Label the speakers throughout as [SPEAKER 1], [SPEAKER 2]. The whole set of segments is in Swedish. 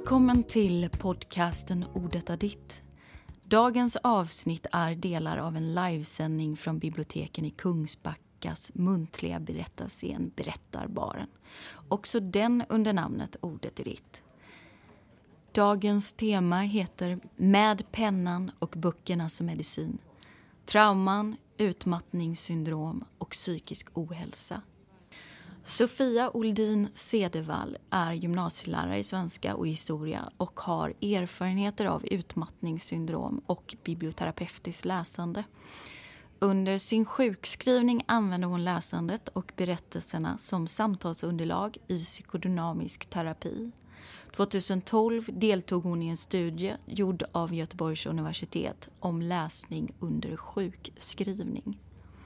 [SPEAKER 1] Välkommen till podcasten Ordet är ditt. Dagens avsnitt är delar av en livesändning från biblioteken i Kungsbackas muntliga berättarscen Berättarbaren. Också den under namnet Ordet är ditt. Dagens tema heter Med pennan och böckerna som medicin. Trauman, utmattningssyndrom och psykisk ohälsa. Sofia Oldin Cedervall är gymnasielärare i svenska och historia och har erfarenheter av utmattningssyndrom och biblioterapeutiskt läsande. Under sin sjukskrivning använder hon läsandet och berättelserna som samtalsunderlag i psykodynamisk terapi. 2012 deltog hon i en studie gjord av Göteborgs universitet om läsning under sjukskrivning.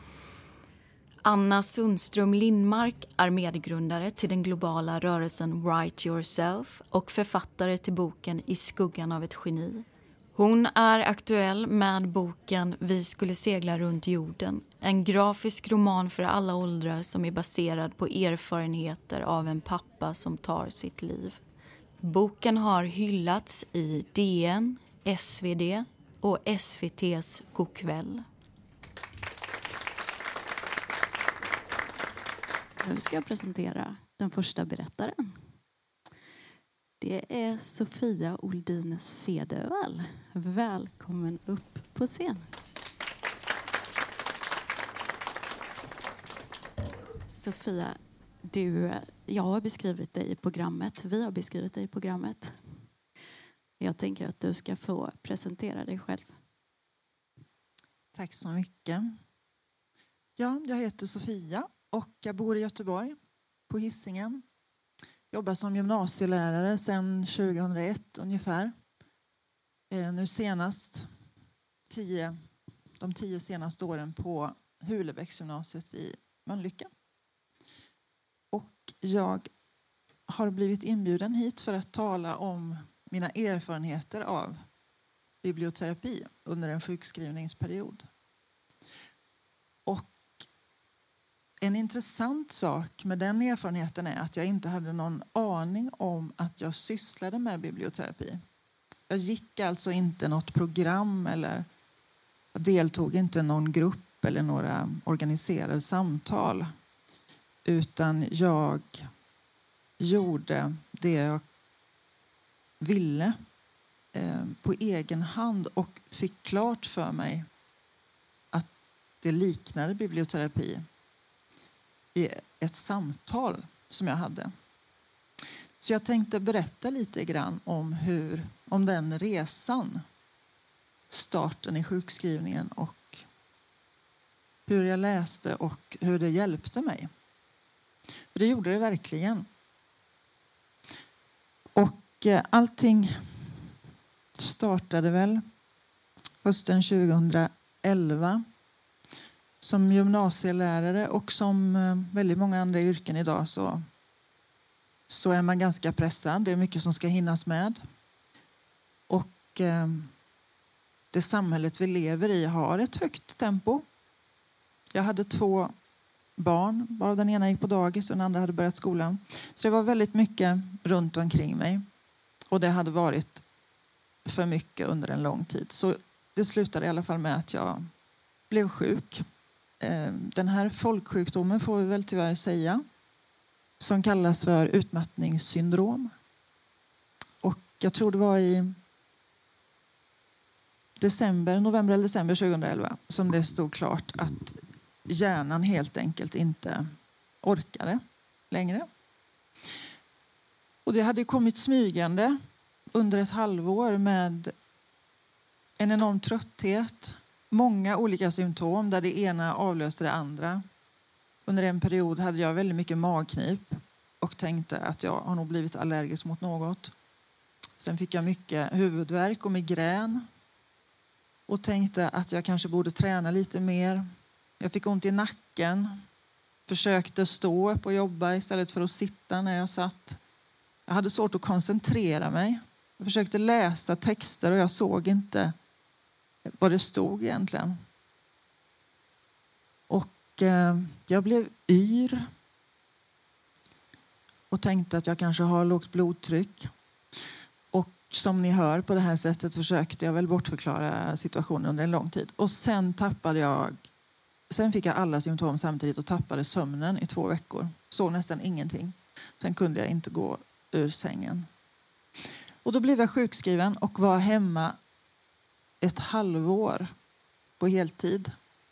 [SPEAKER 1] Anna Sundström Lindmark är medgrundare till den globala rörelsen Write Yourself och författare till boken I skuggan av ett geni. Hon är aktuell med boken Vi skulle segla runt jorden, en grafisk roman för alla åldrar som är baserad på erfarenheter av en pappa som tar sitt liv. Boken har hyllats i DN, SvD och SVT:s Go'kväll. Nu ska jag presentera den första berättaren. Det är Sofia Oldin Cedervall. Välkommen upp på scen. Sofia, jag har beskrivit dig i programmet. Vi har beskrivit dig i programmet. Jag tänker att du ska få presentera dig själv.
[SPEAKER 2] Tack så mycket. Ja, jag heter Sofia. Och jag bor i Göteborg, på Hisingen. Jobbar som gymnasielärare sedan 2001 ungefär. Nu senast, de 10 senaste åren på Hulebäcksgymnasiet i Mölnlycke. Och jag har blivit inbjuden hit för att tala om mina erfarenheter av biblioterapi under en sjukskrivningsperiod. Och en intressant sak med den erfarenheten är att jag inte hade någon aning om att jag sysslade med biblioterapi. Jag gick alltså inte något program eller jag deltog inte i någon grupp eller några organiserade samtal. Utan jag gjorde det jag ville på egen hand och fick klart för mig att det liknade biblioterapi i ett samtal som jag hade. Så jag tänkte berätta lite grann om den resan, starten i sjukskrivningen och hur jag läste och hur det hjälpte mig. För det gjorde det verkligen. Och allting startade väl hösten 2011. Som gymnasielärare och som väldigt många andra yrken idag så är man ganska pressad. Det är mycket som ska hinnas med. Och det samhället vi lever i har ett högt tempo. Jag hade 2 barn. Bara den ena gick på dagis och den andra hade börjat skolan. Så det var väldigt mycket runt omkring mig. Och det hade varit för mycket under en lång tid. Så det slutade i alla fall med att jag blev sjuk. Den här folksjukdomen får vi väl tyvärr säga, som kallas för utmattningssyndrom. Och jag tror det var i november eller december 2011 som det stod klart att hjärnan helt enkelt inte orkade längre. Och det hade kommit smygande under ett halvår med en enorm trötthet. Många olika symptom där det ena avlöste det andra. Under en period hade jag väldigt mycket magknip och tänkte att jag har nog blivit allergisk mot något. Sen fick jag mycket huvudvärk och migrän och tänkte att jag kanske borde träna lite mer. Jag fick ont i nacken. Försökte stå upp och jobba istället för att sitta när jag satt. Jag hade svårt att koncentrera mig. Jag försökte läsa texter och jag såg inte vad det stod egentligen. Och jag blev yr och tänkte att jag kanske har lågt blodtryck. som ni hör på det här sättet försökte jag väl bortförklara situationen under en lång tid. Och sen fick jag alla symptom samtidigt och tappade sömnen i 2 veckor. Såg nästan ingenting. Sen kunde jag inte gå ur sängen. Och då blev jag sjukskriven och var hemma ett halvår på heltid.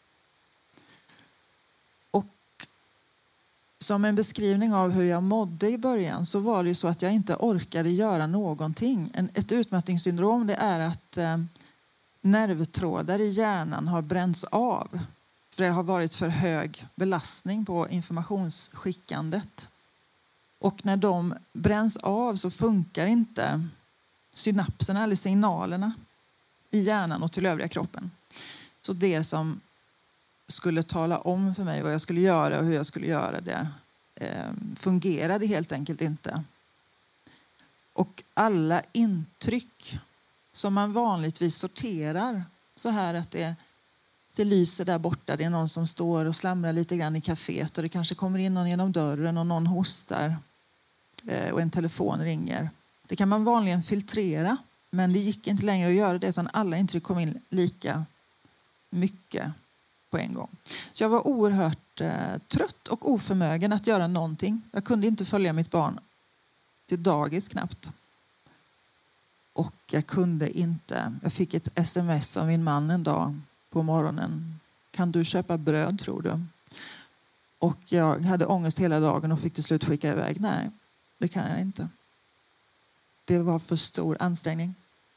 [SPEAKER 2] Och som en beskrivning av hur jag mådde i början så var det ju så att jag inte orkade göra någonting. Ett utmattningssyndrom, det är att nervtrådar i hjärnan har bränts av. För det har varit för hög belastning på informationsskickandet. Och när de bränns av så funkar inte synapserna eller signalerna i hjärnan och till övriga kroppen. Så det som skulle tala om för mig vad jag skulle göra och hur jag skulle göra det fungerade helt enkelt inte. Och alla intryck som man vanligtvis sorterar så här att det lyser där borta, det är någon som står och slamrar lite grann i kaféet och det kanske kommer in någon genom dörren och någon hostar och en telefon ringer. Det kan man vanligen filtrera, men det gick inte längre att göra det utan alla intryck kom in lika mycket på en gång. Så jag var oerhört trött och oförmögen att göra någonting. Jag kunde inte följa mitt barn till dagis knappt. Och jag kunde inte. Jag fick ett sms av min man en dag på morgonen. Kan du köpa bröd, tror du? Och jag hade ångest hela dagen och fick till slut skicka iväg. Nej, det kan jag inte. Det var för stor ansträngning.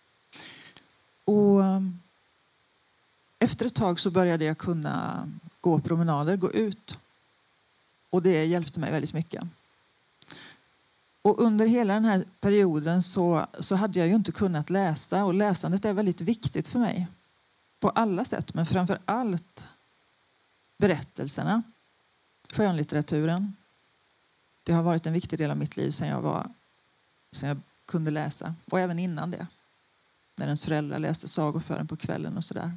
[SPEAKER 2] Och efter ett tag så började jag kunna gå promenader, gå ut. Och det hjälpte mig väldigt mycket. Och under hela den här perioden så hade jag ju inte kunnat läsa. Och läsandet är väldigt viktigt för mig. På alla sätt, men framför allt berättelserna. Skönlitteraturen. Det har varit en viktig del av mitt liv sedan jag kunde läsa. Och även innan det. När ens föräldrar läste sagor för en på kvällen och sådär.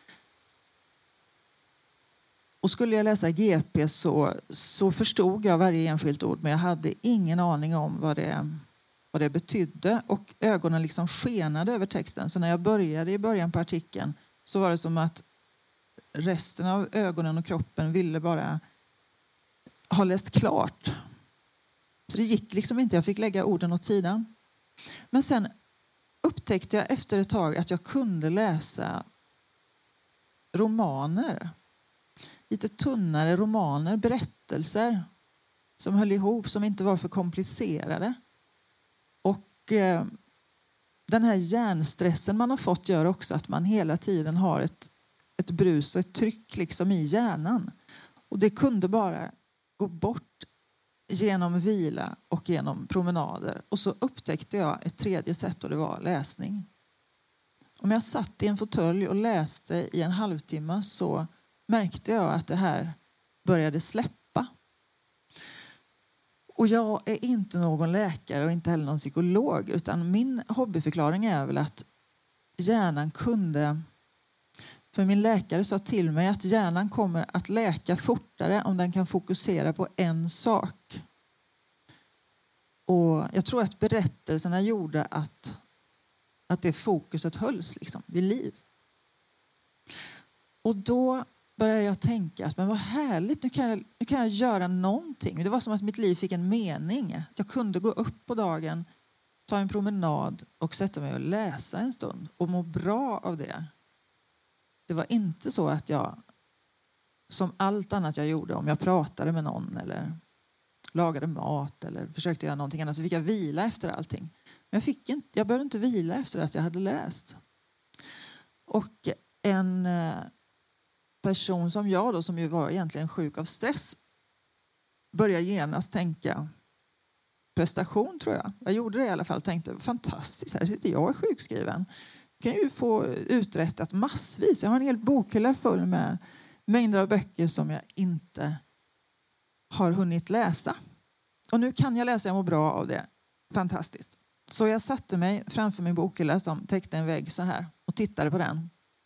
[SPEAKER 2] Och skulle jag läsa GP så förstod jag varje enskilt ord. Men jag hade ingen aning om vad det betydde. Och ögonen liksom skenade över texten. Så när jag började i början på artikeln så var det som att resten av ögonen och kroppen ville bara ha läst klart. Så det gick liksom inte. Jag fick lägga orden åt sidan. Men sen upptäckte jag efter ett tag att jag kunde läsa romaner. Lite tunnare romaner, berättelser som höll ihop, som inte var för komplicerade. Och den här hjärnstressen man har fått gör också att man hela tiden har ett brus och ett tryck liksom i hjärnan. Och det kunde bara gå bort genom vila och genom promenader. Och så upptäckte jag ett tredje sätt och det var läsning. Om jag satt i en fåtölj och läste i en halvtimme så märkte jag att det här började släppa. Och jag är inte någon läkare och inte heller någon psykolog, utan min hobbyförklaring är väl att hjärnan kunde... För min läkare sa till mig att hjärnan kommer att läka fortare om den kan fokusera på en sak. Och jag tror att berättelserna gjorde att det fokuset hölls liksom vid liv. Och då började jag tänka att men vad härligt, nu kan jag göra någonting. Det var som att mitt liv fick en mening. Jag kunde gå upp på dagen, ta en promenad och sätta mig och läsa en stund och må bra av det. Det var inte så att jag, som allt annat jag gjorde, om jag pratade med någon eller lagade mat eller försökte göra någonting annat, så fick jag vila efter allting. Men jag behövde inte vila efter att jag hade läst. Och en person som jag då, som ju var egentligen sjuk av stress, började genast tänka prestation, tror jag. Jag gjorde det i alla fall, tänkte fantastiskt, här sitter jag sjukskriven. Kan ju få uträttat massvis. Jag har en hel bokhylla full med mängder av böcker som jag inte har hunnit läsa. Och nu kan jag läsa, jag mår bra av det. Fantastiskt. Så jag satte mig framför min bokhylla som täckte en vägg så här och tittade på den.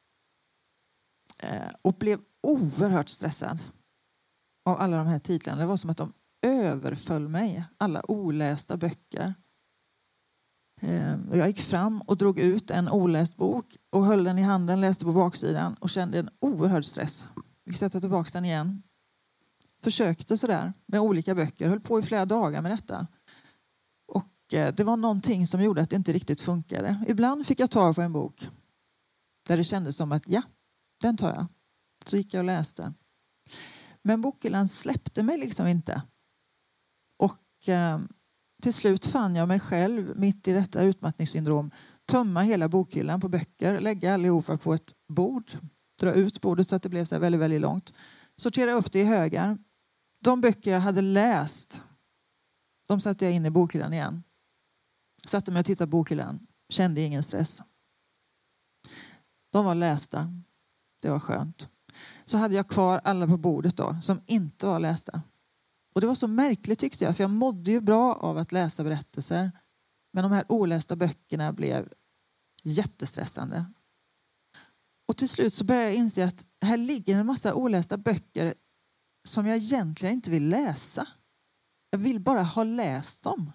[SPEAKER 2] Och blev oerhört stressad av alla de här titlarna. Det var som att de överföll mig. Alla olästa böcker. Jag gick fram och drog ut en oläst bok och höll den i handen, läste på baksidan och kände en oerhörd stress. Jag fick sätta tillbaka den igen. Försökte sådär med olika böcker, höll på i flera dagar med detta. Och det var någonting som gjorde att det inte riktigt funkade. Ibland fick jag tag på en bok där det kändes som att ja, den tar jag. Så gick jag och läste. Men bokhyllan släppte mig liksom inte. Och till slut fann jag mig själv mitt i detta utmattningssyndrom tömma hela bokhyllan på böcker, lägga allihopa på ett bord, dra ut bordet så att det blev så väldigt, väldigt långt. Sortera upp det i högar. De böcker jag hade läst, de satte jag in i bokhyllan igen. Satte mig och tittade på bokhyllan. Kände ingen stress. De var lästa. Det var skönt. Så hade jag kvar alla på bordet då, som inte var lästa. Och det var så märkligt tyckte jag, för jag mådde ju bra av att läsa berättelser. Men de här olästa böckerna blev jättestressande. Och till slut så började jag inse att här ligger en massa olästa böcker som jag egentligen inte vill läsa. Jag vill bara ha läst dem.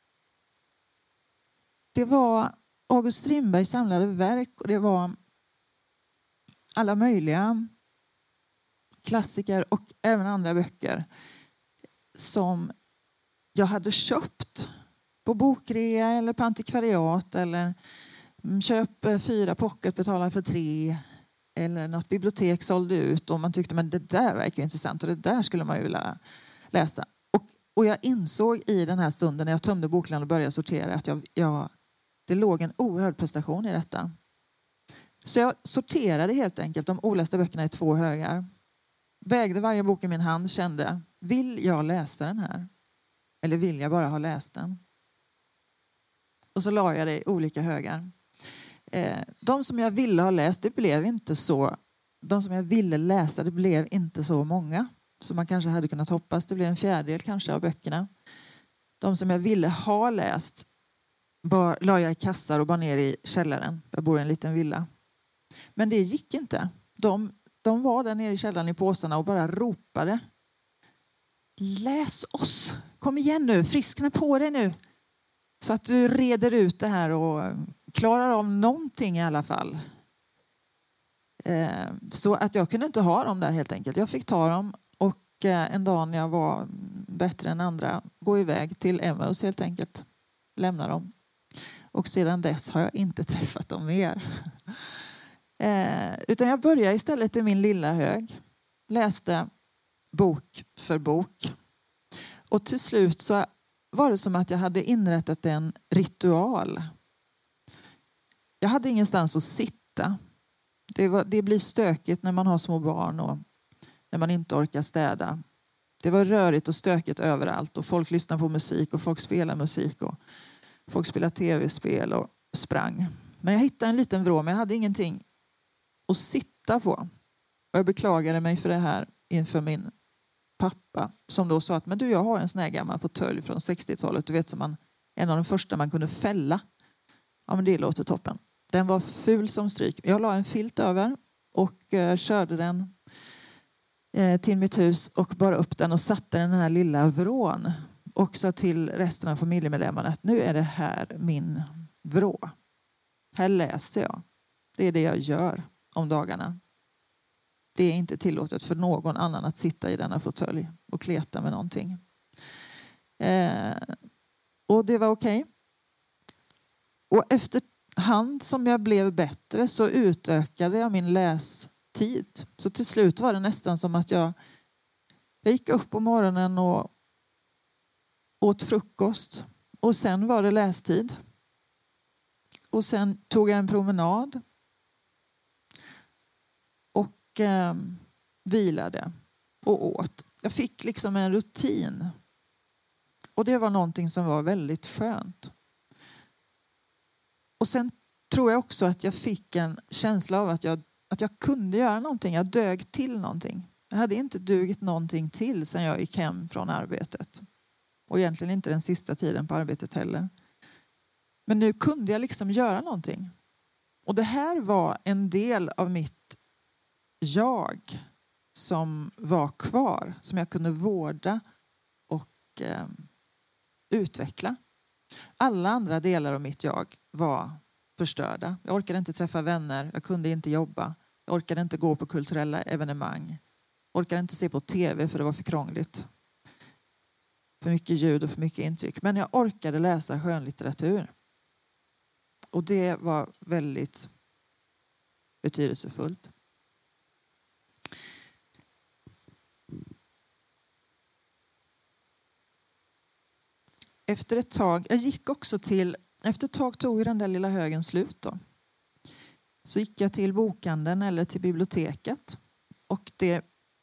[SPEAKER 2] Det var August Strindbergs samlade verk och det var alla möjliga klassiker och även andra böcker som jag hade köpt på bokrea eller på antikvariat eller köp 4 pocket, betala för 3 eller något bibliotek sålde ut och man tyckte men det där verkar intressant och det där skulle man ju vilja läsa. Och jag insåg i den här stunden när jag tömde bokhyllan och började sortera att det låg en oerhörd prestation i detta. Så jag sorterade helt enkelt de olästa böckerna i 2 högar. Vägde varje bok i min hand, kände, vill jag läsa den här? Eller vill jag bara ha läst den? Och så la jag det i olika högar. De som jag ville ha läst, det blev inte så. De som jag ville läsa, det blev inte så många. Som man kanske hade kunnat hoppas. Det blev en 1/4 kanske av böckerna. De som jag ville ha läst la jag i kassar och bara ner i källaren. Jag bor i en liten villa. Men det gick inte. De var där nere i källaren i påsarna och bara ropade. Läs oss! Kom igen nu, friskna på dig nu. Så att du reder ut det här och klarar av någonting i alla fall. Så att jag kunde inte ha dem där helt enkelt. Jag fick ta dem och en dag när jag var bättre än andra gå iväg till Emmaus helt enkelt. Lämna dem. Och sedan dess har jag inte träffat dem mer. Utan jag började istället i min lilla hög. Läste bok för bok. Och till slut så var det som att jag hade inrättat en ritual. Jag hade ingenstans att sitta. Det blir stökigt när man har små barn och när man inte orkar städa. Det var rörigt och stökigt överallt och folk lyssnar på musik och folk spelar musik och folk spelar tv-spel och sprang. Men jag hittade en liten vrå, men jag hade ingenting att sitta på. Och jag beklagade mig för det här inför min pappa som då sa att men du, jag har en sån här gammal fåtölj från 60-talet. Du vet, som en av de första man kunde fälla. Ja, men det låter toppen. Den var ful som stryk. Jag la en filt över och körde den till mitt hus och bar upp den och satte den här lilla vrån. Och sa till resten av familjemedlemmarna att nu är det här min vrå. Här läser jag. Det är det jag gör om dagarna. Det är inte tillåtet för någon annan att sitta i denna fåtölj och kleta med någonting. Och det var okej. Och efterhand som jag blev bättre så utökade jag min lästid. Så till slut var det nästan som att jag gick upp på morgonen och åt frukost. Och sen var det lästid. Och sen tog jag en promenad. Och vilade och åt. Jag fick liksom en rutin. Och det var någonting som var väldigt skönt. Och sen tror jag också att jag fick en känsla av att jag kunde göra någonting. Jag dög till någonting. Jag hade inte dugit någonting till sen jag gick hem från arbetet. Och egentligen inte den sista tiden på arbetet heller. Men nu kunde jag liksom göra någonting. Och det här var en del av mitt jag som var kvar. Som jag kunde vårda och utveckla. Alla andra delar av mitt jag var förstörda. Jag orkade inte träffa vänner, jag kunde inte jobba. Jag orkade inte gå på kulturella evenemang. Jag orkade inte se på tv för det var för krångligt. För mycket ljud och för mycket intryck. Men jag orkade läsa skönlitteratur. Och det var väldigt betydelsefullt. Efter ett tag tog den där lilla högen slut då. Så gick jag till bokhandeln eller till biblioteket. Och det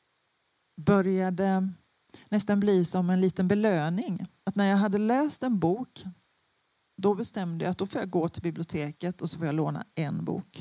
[SPEAKER 2] började nästan bli som en liten belöning. Att när jag hade läst en bok, då bestämde jag att då får jag gå till biblioteket och så får jag låna en bok.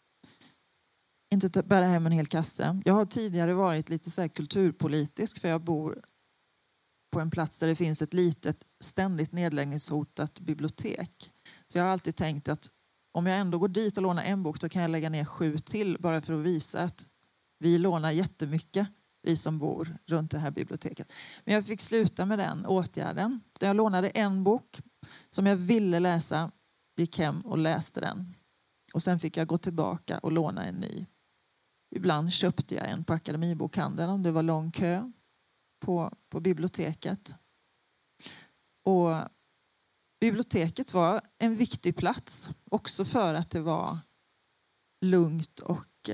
[SPEAKER 2] Inte bära hem en hel kasse. Jag har tidigare varit lite så här kulturpolitisk, för jag bor på en plats där det finns ett litet ständigt nedläggningshotat bibliotek. Så jag har alltid tänkt att om jag ändå går dit och lånar en bok, då kan jag lägga ner 7 till bara för att visa att vi lånar jättemycket, vi som bor runt det här biblioteket. Men jag fick sluta med den åtgärden. Jag lånade en bok som jag ville läsa, gick hem och läste den. Och sen fick jag gå tillbaka och låna en ny. Ibland köpte jag en på Akademibokhandeln om det var lång kö på biblioteket. Och biblioteket var en viktig plats också för att det var lugnt och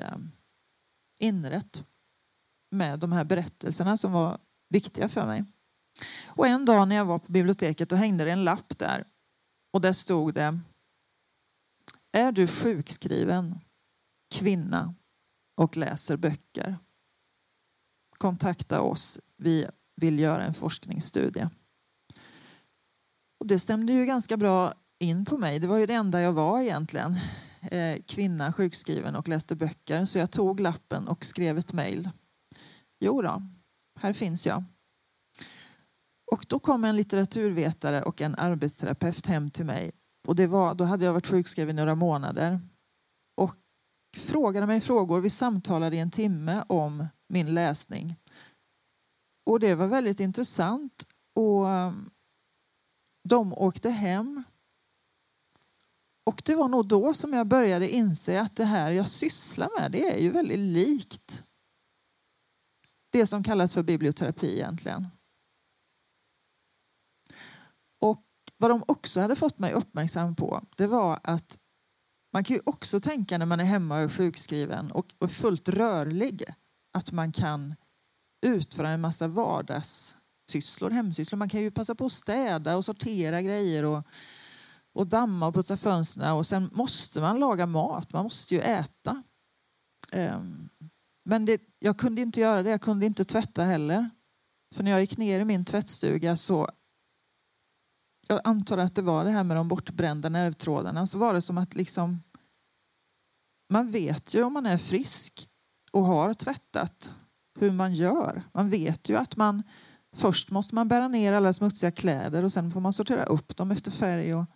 [SPEAKER 2] inrätt med de här berättelserna som var viktiga för mig. Och en dag när jag var på biblioteket, då hängde det en lapp där. Och där stod det: är du sjukskriven kvinna och läser böcker? Kontakta oss. Vi vill göra en forskningsstudie. Och det stämde ju ganska bra in på mig. Det var ju det enda jag var egentligen. Kvinna, sjukskriven och läste böcker. Så jag tog lappen och skrev ett mejl. Jo då, här finns jag. Och då kom en litteraturvetare och en arbetsterapeut hem till mig. Och då hade jag varit sjukskriven några månader. Och frågade mig frågor. Vi samtalade i 1 timme om min läsning. Och det var väldigt intressant. Och de åkte hem. Och det var nog då som jag började inse att det här jag sysslar med, det är ju väldigt likt det som kallas för biblioterapi egentligen. Och vad de också hade fått mig uppmärksam på, det var att man kan ju också tänka när man är hemma och är sjukskriven och fullt rörlig, att man kan utföra en massa vardagssysslor, hemsysslor. Man kan ju passa på att städa och sortera grejer och damma och putsa fönstren. Och sen måste man laga mat. Man måste ju äta. Men jag kunde inte göra det. Jag kunde inte tvätta heller. För när jag gick ner i min tvättstuga så... Jag antar att det var det här med de bortbrända nervtrådarna. Så var det som att liksom... Man vet ju om man är frisk och har tvättat hur man gör. Man vet ju att först måste man bära ner alla smutsiga kläder och sen får man sortera upp dem efter färg och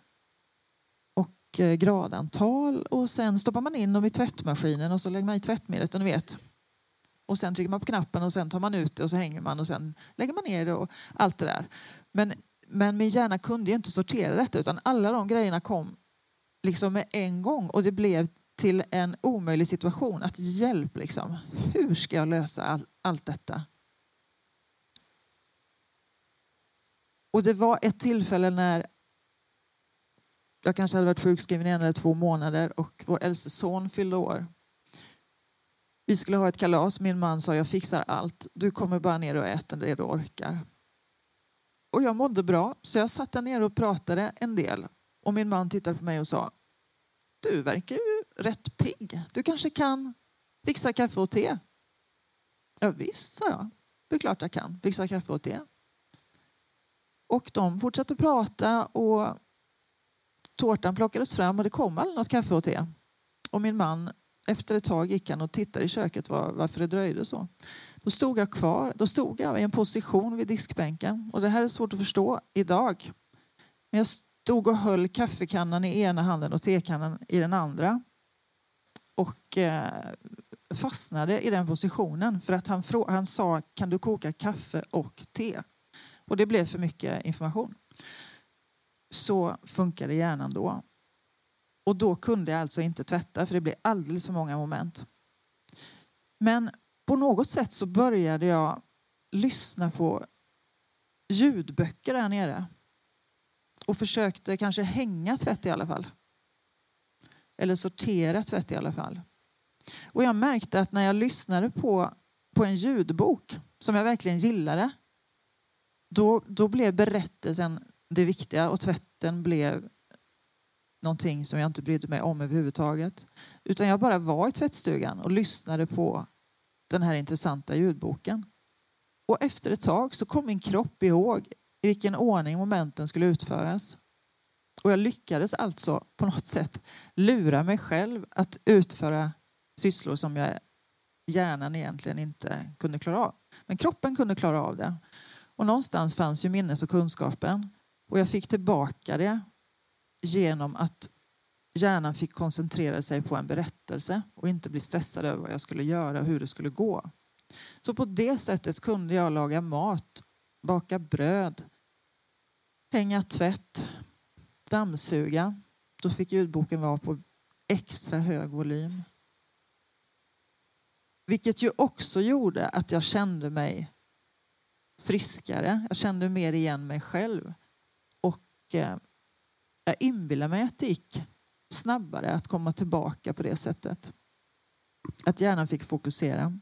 [SPEAKER 2] gradantal, och sen stoppar man in dem i tvättmaskinen och så lägger man i tvättmedlet, och ni vet. Och sen trycker man på knappen och sen tar man ut det och så hänger man och sen lägger man ner det och allt det där. Men min hjärna kunde ju inte sortera detta, utan alla de grejerna kom liksom med en gång, och det blev till en omöjlig situation. Att hjälp liksom. Hur ska jag lösa allt detta? Och det var ett tillfälle när jag kanske hade varit sjukskriven 1 eller 2 månader och vår äldste son fyllde år. Vi skulle ha ett kalas. Min man sa: jag fixar allt. Du kommer bara ner och äter det du orkar. Och jag mådde bra, så jag satt där ner och pratade en del. Och min man tittade på mig och sa: du verkar ju rätt pigg. Du kanske kan fixa kaffe och te. Ja visst, sa jag. Det är klart jag kan fixa kaffe och te. Och de fortsatte prata och tårtan plockades fram och det kom aldrig något kaffe och te. Och min man, efter ett tag gick han och tittade i köket varför det dröjde så. Då stod jag kvar. Då stod jag i en position vid diskbänken. Och det här är svårt att förstå idag. Men jag stod och höll kaffekannan i ena handen och tekannan i den andra. Och fastnade i den positionen. För att han sa: kan du koka kaffe och te? Och det blev för mycket information. så funkade hjärnan då. Och då kunde jag alltså inte tvätta för det blev alldeles för många moment. Men på något sätt så började jag lyssna på ljudböcker där nere. Och försökte kanske hänga tvätt i alla fall. Eller sortera tvätt i alla fall. Och jag märkte att när jag lyssnade på en ljudbok som jag verkligen gillade. Då blev berättelsen det viktiga och tvätten blev någonting som jag inte brydde mig om överhuvudtaget. Utan jag bara var i tvättstugan och lyssnade på den här intressanta ljudboken. Och efter ett tag så kom min kropp ihåg i vilken ordning momenten skulle utföras. Och jag lyckades alltså på något sätt lura mig själv att utföra sysslor som jag hjärnan egentligen inte kunde klara av. Men kroppen kunde klara av det. Och någonstans fanns ju minnes- och kunskapen. Och jag fick tillbaka det genom att hjärnan fick koncentrera sig på en berättelse och inte bli stressad över vad jag skulle göra och hur det skulle gå. Så på det sättet kunde jag laga mat, baka bröd, hänga tvätt, dammsuga. Då fick ljudboken vara på extra hög volym. Vilket ju också gjorde att jag kände mig friskare. Jag kände mer igen mig själv. Och jag inbillade mig att det gick snabbare att komma tillbaka på det sättet. Att hjärnan fick fokusera.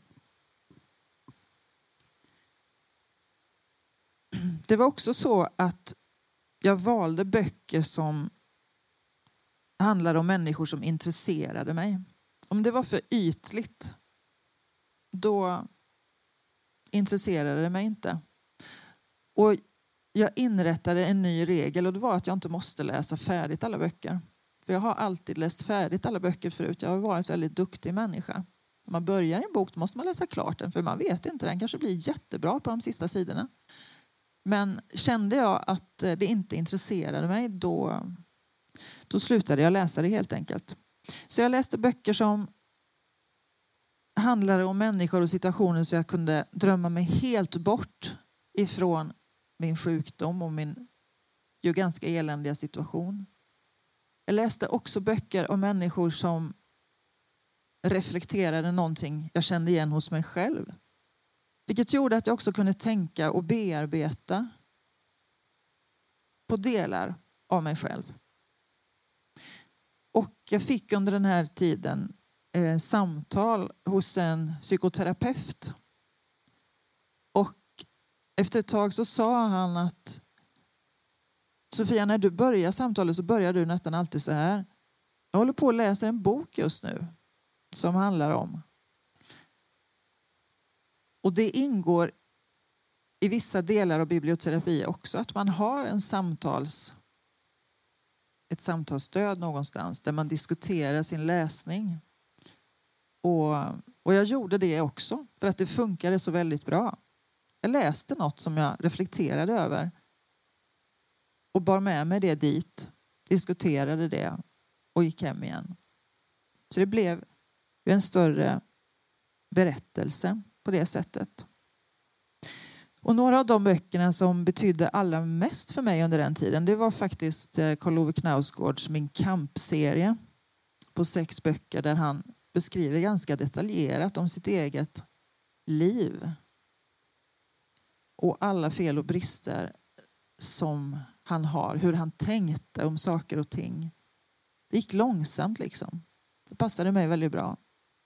[SPEAKER 2] Det var också så att jag valde böcker som handlade om människor som intresserade mig. Om det var för ytligt, då intresserade det mig inte. Och jag inrättade en ny regel och det var att jag inte måste läsa färdigt alla böcker. För jag har alltid läst färdigt alla böcker förut. Jag har varit en väldigt duktig människa. När man börjar i en bok måste man läsa klart den för man vet inte. Den kanske blir jättebra på de sista sidorna. Men kände jag att det inte intresserade mig då slutade jag läsa det helt enkelt. Så jag läste böcker som handlade om människor och situationer så jag kunde drömma mig helt bort ifrån min sjukdom och min ju ganska eländiga situation. Jag läste också böcker om människor som reflekterade någonting jag kände igen hos mig själv. Vilket gjorde att jag också kunde tänka och bearbeta på delar av mig själv. Och jag fick under den här tiden samtal hos en psykoterapeut. Och efter ett tag så sa han att Sofia, när du börjar samtalet så börjar du nästan alltid så här. Jag håller på att läsa en bok just nu som handlar om. Och det ingår i vissa delar av biblioterapi också att man har ett samtalsstöd någonstans där man diskuterar sin läsning. Och jag gjorde det också för att det funkade så väldigt bra. Jag läste något som jag reflekterade över och bar med mig det dit, diskuterade det och gick hem igen. Så det blev ju en större berättelse på det sättet. Och några av de böckerna som betydde allra mest för mig under den tiden, det var faktiskt Karl Ove Knausgårds Min kamp-serie på 6 böcker där han beskriver ganska detaljerat om sitt eget liv. Och alla fel och brister som han har, hur han tänkte om saker och ting. Det gick långsamt liksom. Det passade mig väldigt bra.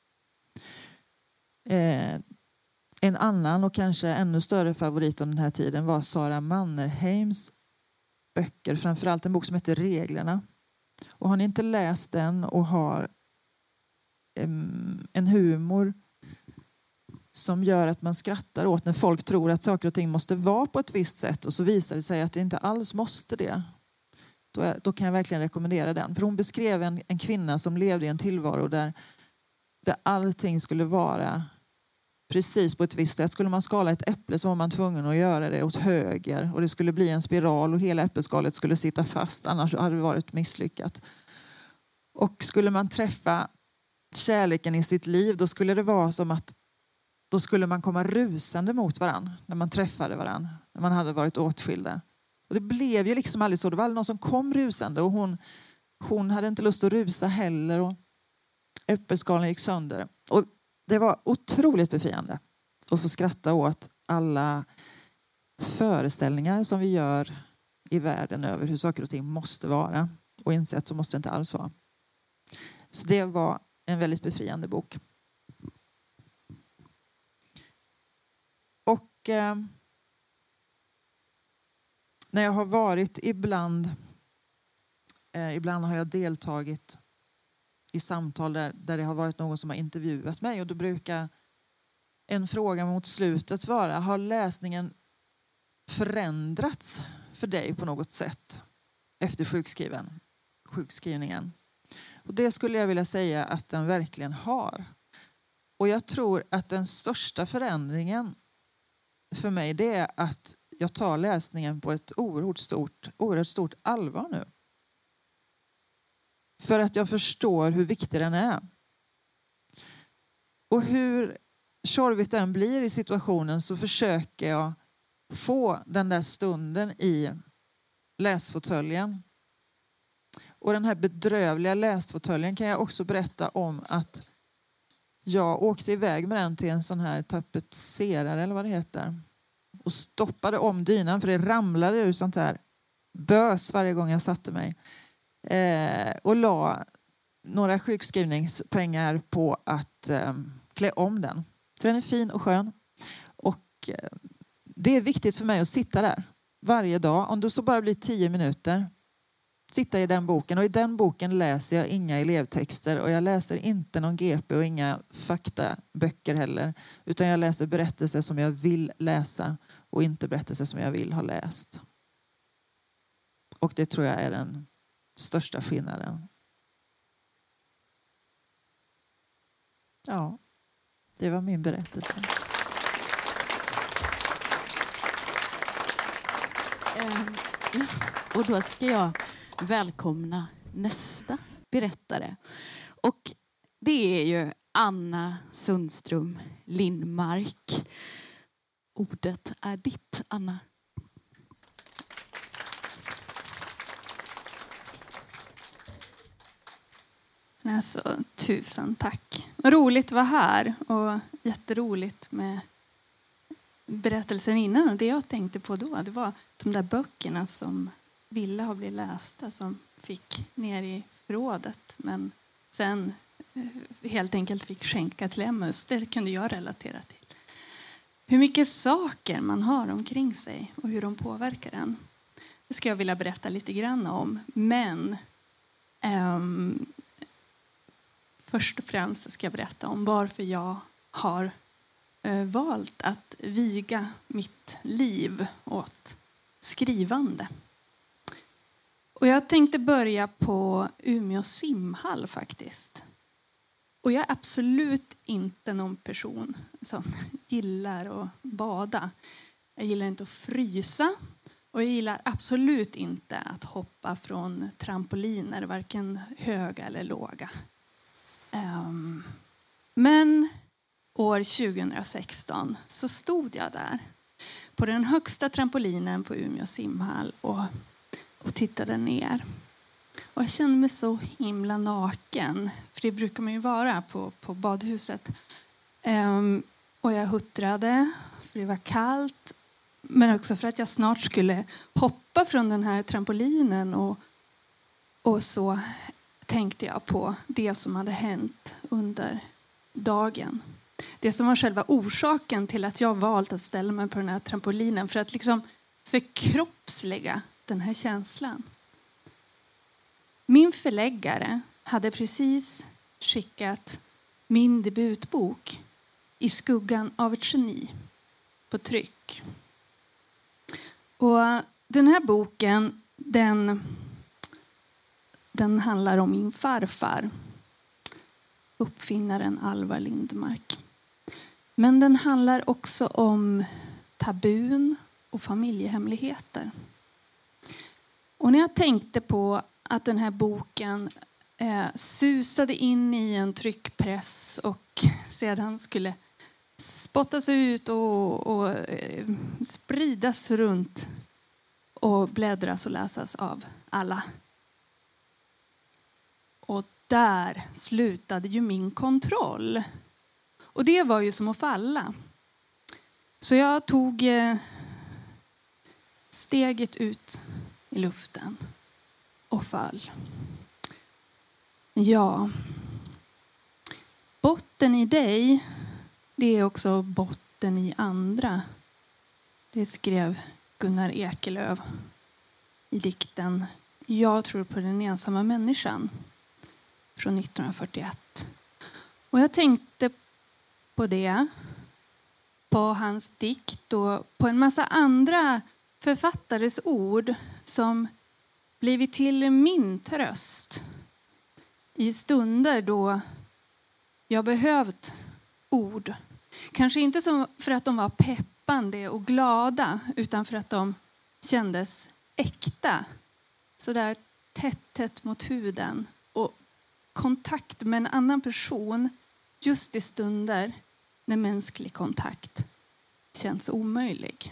[SPEAKER 2] En annan och kanske ännu större favorit under den här tiden var Sara Mannerheims böcker. Framförallt en bok som heter Reglerna. Och har ni inte läst den och har en humor som gör att man skrattar åt när folk tror att saker och ting måste vara på ett visst sätt och så visar det sig att det inte alls måste det. Då kan jag verkligen rekommendera den. För hon beskrev en kvinna som levde i en tillvaro där allting skulle vara precis på ett visst sätt. Skulle man skala ett äpple så var man tvungen att göra det åt höger och det skulle bli en spiral och hela äppelskalet skulle sitta fast, annars hade det varit misslyckat. Och skulle man träffa kärleken i sitt liv då skulle det vara som att då skulle man komma rusande mot varann när man träffade varann, när man hade varit åtskilda. Och det blev ju liksom aldrig så. Det var aldrig någon som kom rusande. Och hon hade inte lust att rusa heller. Och äppelskalen gick sönder. Och det var otroligt befriande att få skratta åt alla föreställningar som vi gör i världen över hur saker och ting måste vara. Och inse att så måste det inte alls vara. Så det var en väldigt befriande bok. Och när jag har varit ibland har jag deltagit i samtal där det har varit någon som har intervjuat mig. Och då brukar en fråga mot slutet vara: har läsningen förändrats för dig på något sätt efter sjukskrivningen? Och det skulle jag vilja säga att den verkligen har. Och jag tror att den största förändringen för mig, det är att jag tar läsningen på ett oerhört stort allvar nu. För att jag förstår hur viktig den är. Och hur tjorvigt den blir i situationen, så försöker jag få den där stunden i läsfåtöljen. Och den här bedrövliga läsfåtöljen kan jag också berätta om att jag åkte iväg med den till en sån här tapetserare eller vad det heter. Och stoppade om dynan, för det ramlade ur sånt här bös varje gång jag satte mig. Och la några sjukskrivningspengar på att klä om den. Så den är fin och skön. Och det är viktigt för mig att sitta där varje dag. Om det så bara blir 10 minuter. Sitta i den boken. Och i den boken läser jag inga elevtexter. Och jag läser inte någon GP och inga faktaböcker heller. Utan jag läser berättelser som jag vill läsa. Och inte berättelser som jag vill ha läst. Och det tror jag är den största skillnaden. Ja, det var min berättelse.
[SPEAKER 1] Och då ska jag välkomna nästa berättare. Och det är ju Anna Sundström Lindmark. Ordet är ditt, Anna.
[SPEAKER 3] Alltså, tusen tack. Vad roligt att vara här och jätteroligt med berättelsen innan. Och det jag tänkte på då, det var de där böckerna som ville ha blivit lästa, som fick ner i förrådet men sen helt enkelt fick skänka till Emmaus. Det kunde jag relatera till. Hur mycket saker man har omkring sig och hur de påverkar en. Det ska jag vilja berätta lite grann om. Men först och främst ska jag berätta om varför jag har valt att viga mitt liv åt skrivande. Och jag tänkte börja på Umeå simhall faktiskt. Och jag är absolut inte någon person som gillar att bada. Jag gillar inte att frysa. Och jag gillar absolut inte att hoppa från trampoliner, varken höga eller låga. Men år 2016 så stod jag där på den högsta trampolinen på Umeå simhall och tittade ner. Och jag kände mig så himla naken, för det brukar man ju vara på badhuset. Och jag huttrade, för det var kallt. Men också för att jag snart skulle hoppa från den här trampolinen. Och så tänkte jag på det som hade hänt under dagen. Det som var själva orsaken till att jag valt att ställa mig på den här trampolinen. För att liksom förkroppsliga den här känslan. Min förläggare hade precis skickat min debutbok I skuggan av ett geni på tryck. Och den här boken, den handlar om min farfar, uppfinnaren Alvar Lindmark. Men den handlar också om tabun och familjehemligheter. Och när jag tänkte på att den här boken susade in i en tryckpress och sedan skulle spottas ut och spridas runt och bläddras och läsas av alla. Och där slutade ju min kontroll. Och det var ju som att falla. Så jag tog steget ut i luften och föll. Ja. Botten i dig, det är också botten i andra. Det skrev Gunnar Ekelöf i dikten Jag tror på den ensamma människan från 1941. Och jag tänkte på det, på hans dikt och på en massa andra författares ord som blivit till min tröst i stunder då jag behövt ord. Kanske inte som för att de var peppande och glada, utan för att de kändes äkta. Så där tätt mot huden och kontakt med en annan person just i stunder när mänsklig kontakt känns omöjlig.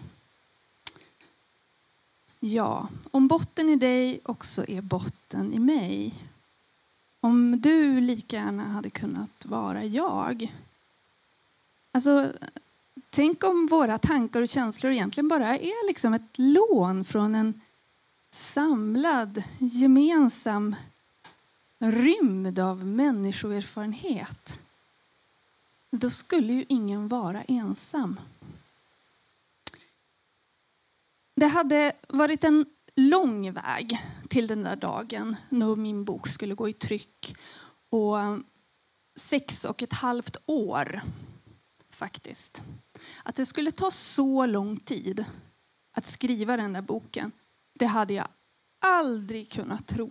[SPEAKER 3] Ja, om botten i dig också är botten i mig. Om du lika gärna hade kunnat vara jag. Alltså, tänk om våra tankar och känslor egentligen bara är liksom ett lån från en samlad, gemensam rymd av människoerfarenhet. Då skulle ju ingen vara ensam. Det hade varit en lång väg till den där dagen när min bok skulle gå i tryck. Och 6,5 år faktiskt. Att det skulle ta så lång tid att skriva den där boken, det hade jag aldrig kunnat tro.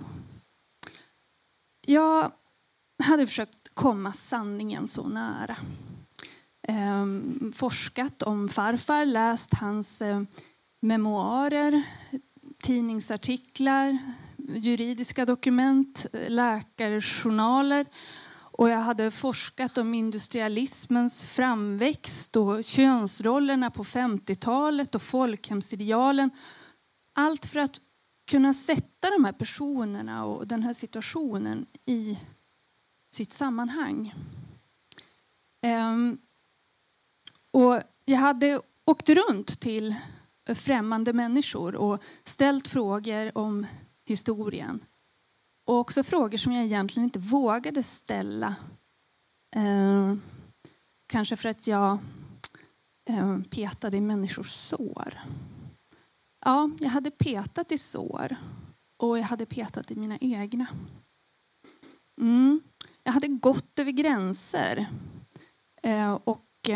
[SPEAKER 3] Jag hade försökt komma sanningen så nära. Forskat om farfar, läst hans memoarer, tidningsartiklar, juridiska dokument, läkarjournaler. Och jag hade forskat om industrialismens framväxt och könsrollerna på 50-talet och folkhemsidealen. Allt för att kunna sätta de här personerna och den här situationen i sitt sammanhang. Och jag hade åkt runt till främmande människor och ställt frågor om historien. Och också frågor som jag egentligen inte vågade ställa. Kanske för att jag petade i människors sår. Ja, jag hade petat i sår. Och jag hade petat i mina egna. Jag hade gått över gränser. Och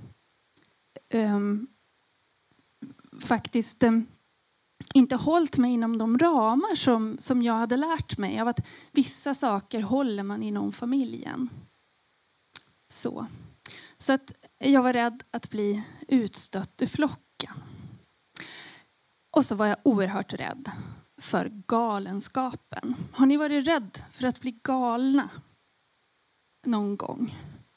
[SPEAKER 3] faktiskt inte hållit mig inom de ramar som jag hade lärt mig. Av att vissa saker håller man inom familjen. Så att jag var rädd att bli utstött ur flocken. Och så var jag oerhört rädd för galenskapen. Har ni varit rädd för att bli galna någon gång?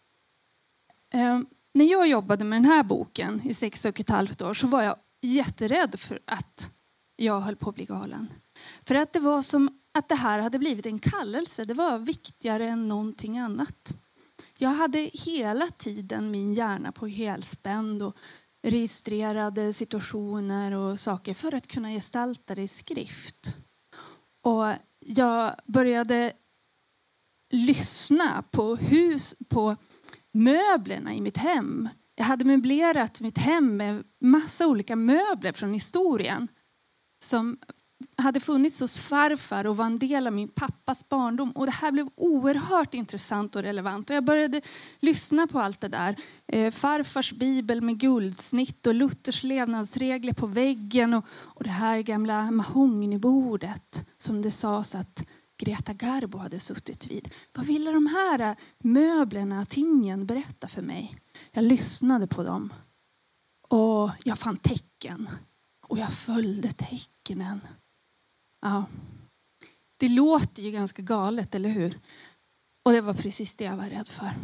[SPEAKER 3] När jag jobbade med den här boken i 6,5 år så var jag jätterädd för att jag höll på att bli galen. För att det var som att det här hade blivit en kallelse. Det var viktigare än någonting annat. Jag hade hela tiden min hjärna på helspänd och registrerade situationer och saker för att kunna gestalta det i skrift. Och jag började lyssna på möblerna i mitt hem. Jag hade möblerat mitt hem med massa olika möbler från historien som hade funnits hos farfar och var en del av min pappas barndom. Och det här blev oerhört intressant och relevant. Och jag började lyssna på allt det där. Farfars bibel med guldsnitt och Luthers levnadsregler på väggen. Och det här gamla mahognybordet som det sades att Greta Garbo hade suttit vid. Vad ville de här möblerna, tingen berätta för mig? Jag lyssnade på dem. Och jag fann tecken. Och jag följde tecknen. Ja. Det låter ju ganska galet, eller hur? Och det var precis det jag var rädd för.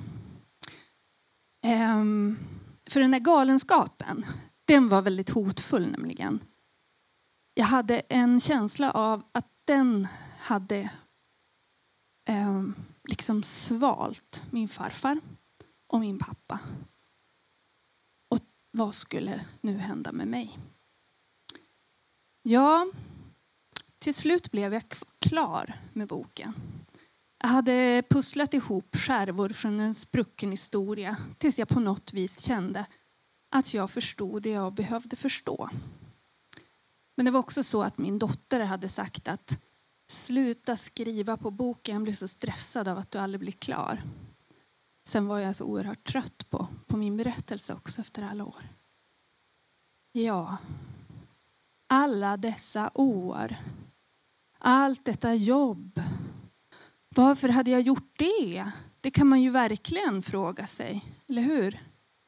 [SPEAKER 3] För den där galenskapen, den var väldigt hotfull nämligen. jag hade en känsla av att den hade liksom svalt min farfar och min pappa. Och vad skulle nu hända med mig? Ja, till slut blev jag klar med boken. Jag hade pusslat ihop skärvor från en sprucken historia tills jag på något vis kände att jag förstod det jag behövde förstå. Men det var också så att min dotter hade sagt att sluta skriva på boken, jag blir så stressad av att du aldrig blir klar. Sen var jag så oerhört trött på min berättelse också efter alla år. Ja, alla dessa år, allt detta jobb. Varför hade jag gjort det? Det kan man ju verkligen fråga sig, eller hur?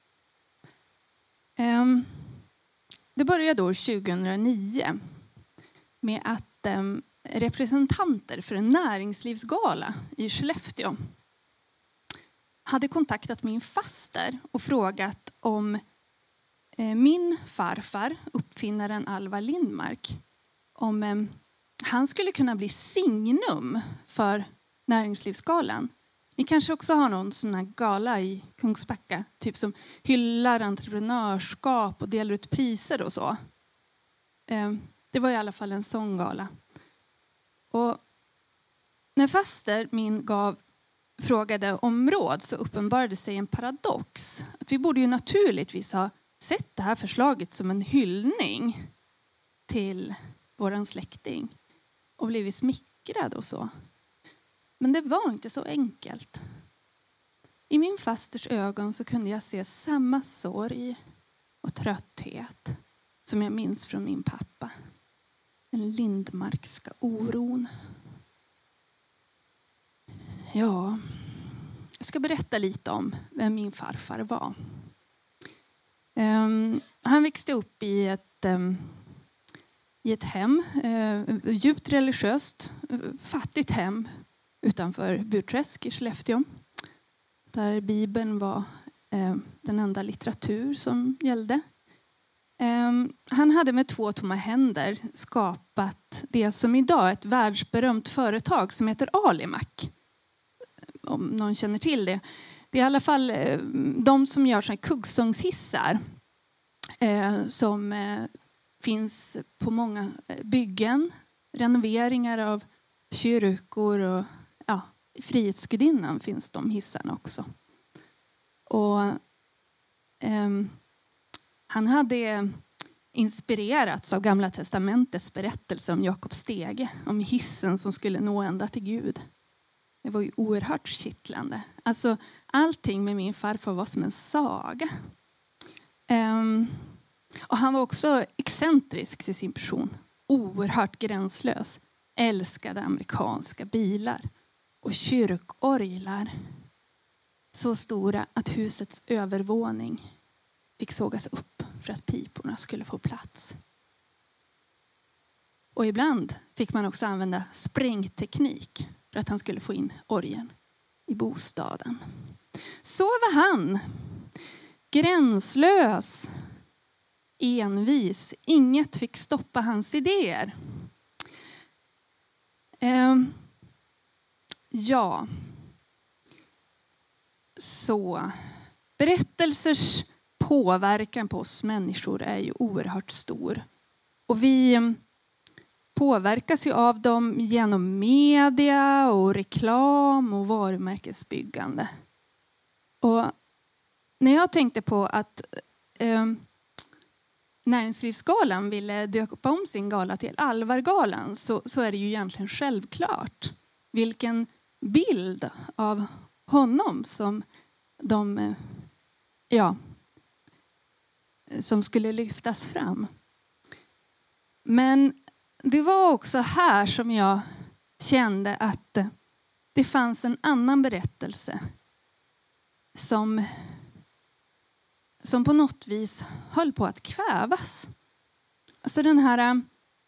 [SPEAKER 3] Det började år 2009 med att representanter för en näringslivsgala i Skellefteå hade kontaktat min faster och frågat om min farfar, uppfinnaren Alvar Lindmark, om han skulle kunna bli signum för näringslivsgalan. Ni kanske också har någon sån här gala i Kungsbacka, typ som hyllar entreprenörskap och delar ut priser och så. Det var i alla fall en sån gala. Och när faster min frågade om råd så uppenbarade sig en paradox. Att vi borde ju naturligtvis ha sett det här förslaget som en hyllning till våran släkting och blivit smickrad och så. Men det var inte så enkelt. I min fasters ögon så kunde jag se samma sorg och trötthet som jag minns från min pappa. Den lindmarkska oron. Ja, jag ska berätta lite om vem min farfar var. Han växte upp i ett hem, djupt religiöst, fattigt hem utanför Burträsk i Skellefteå. Där Bibeln var den enda litteratur som gällde. Han hade med 2 tomma händer skapat det som idag är ett världsberömt företag som heter Alimac. Om någon känner till det. Det är i alla fall de som gör såna kuggstångshissar som finns på många byggen. Renoveringar av kyrkor och i Frihetsgudinnan finns de hissarna också. Och han hade inspirerats av Gamla testamentets berättelse om Jakob stege, om hissen som skulle nå ända till Gud. Det var ju oerhört kittlande. Alltså allting med min farfar var som en saga. Och han var också excentrisk till sin person. Oerhört gränslös. Älskade amerikanska bilar. Och kyrkorglar. Så stora att husets övervåning fick sågas upp för att piporna skulle få plats. Och ibland fick man också använda sprängteknik för att han skulle få in orgeln i bostaden. Så var han. Gränslös. Envis. Inget fick stoppa hans idéer. Ja. Så. Berättelsers påverkan på oss människor är ju oerhört stor. Och vi påverkas ju av dem genom media och reklam och varumärkesbyggande. Och när jag tänkte på att Näringslivsgalan ville döpa om sin gala till Alvargalan så är det ju egentligen självklart vilken bild av honom som som skulle lyftas fram. Men det var också här som jag kände att det fanns en annan berättelse som på något vis höll på att kvävas. Alltså den här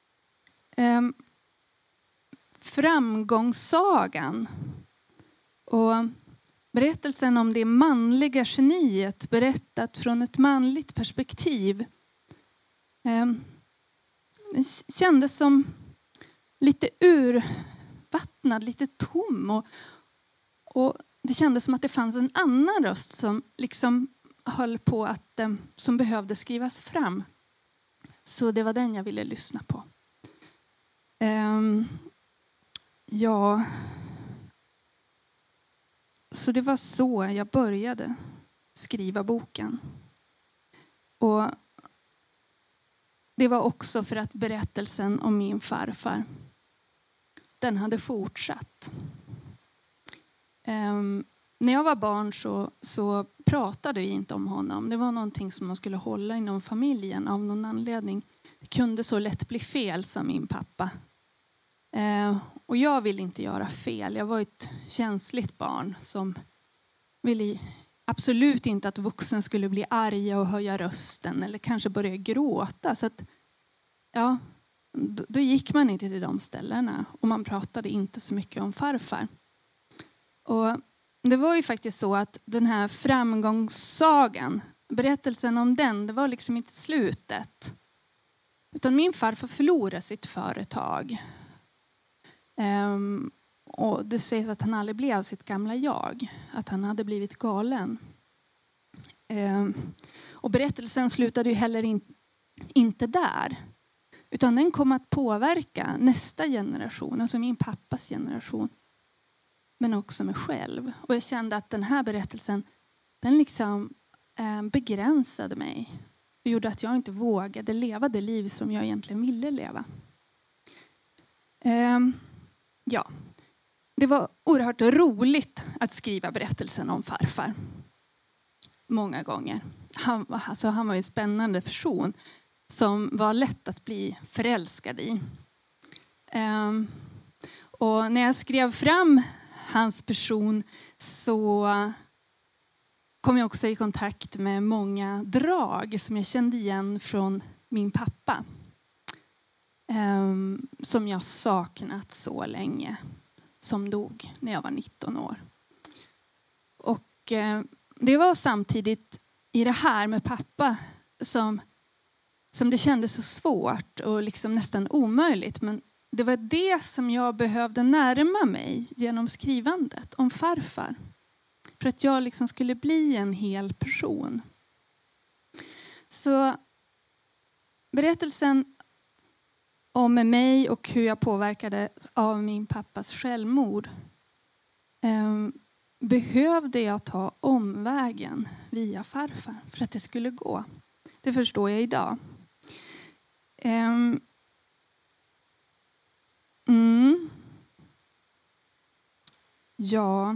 [SPEAKER 3] framgångssagan och berättelsen om det manliga geniet berättat från ett manligt perspektiv Den kändes som lite urvattnad, lite tom. Och det kändes som att det fanns en annan röst som liksom höll på att, som behövde skrivas fram. Så det var den jag ville lyssna på. Ja. Så det var så jag började skriva boken. Och det var också för att berättelsen om min farfar, den hade fortsatt. När jag var barn så pratade vi inte om honom. Det var någonting som man skulle hålla inom familjen av någon anledning. Det kunde så lätt bli fel, som min pappa. Och jag ville inte göra fel. Jag var ett känsligt barn som ville absolut inte att vuxen skulle bli arga och höja rösten eller kanske börja gråta. Så att, ja, då gick man inte till de ställena och man pratade inte så mycket om farfar. Och det var ju faktiskt så att den här framgångssagan, berättelsen om den, det var liksom inte slutet. Utan min farfar förlorade sitt företag. Och det sägs att han aldrig blev sitt gamla jag. Att han hade blivit galen. Och berättelsen slutade ju heller inte där. Utan den kom att påverka nästa generation. Alltså min pappas generation. Men också mig själv. Och jag kände att den här berättelsen, den liksom begränsade mig. Och gjorde att jag inte vågade leva det liv som jag egentligen ville leva. Ja, det var oerhört roligt att skriva berättelsen om farfar. Många gånger. Han var en spännande person som var lätt att bli förälskad i. Och när jag skrev fram hans person så kom jag också i kontakt med många drag som jag kände igen från min pappa. Som jag saknat så länge. Som dog när jag var 19 år. Och det var samtidigt i det här med pappa som det kändes så svårt och liksom nästan omöjligt. Men det var det som jag behövde närma mig genom skrivandet om farfar. För att jag liksom skulle bli en hel person. Så berättelsen om mig och hur jag påverkade av min pappas självmord behövde jag ta omvägen via farfar för att det skulle gå. Det förstår jag idag. Ja,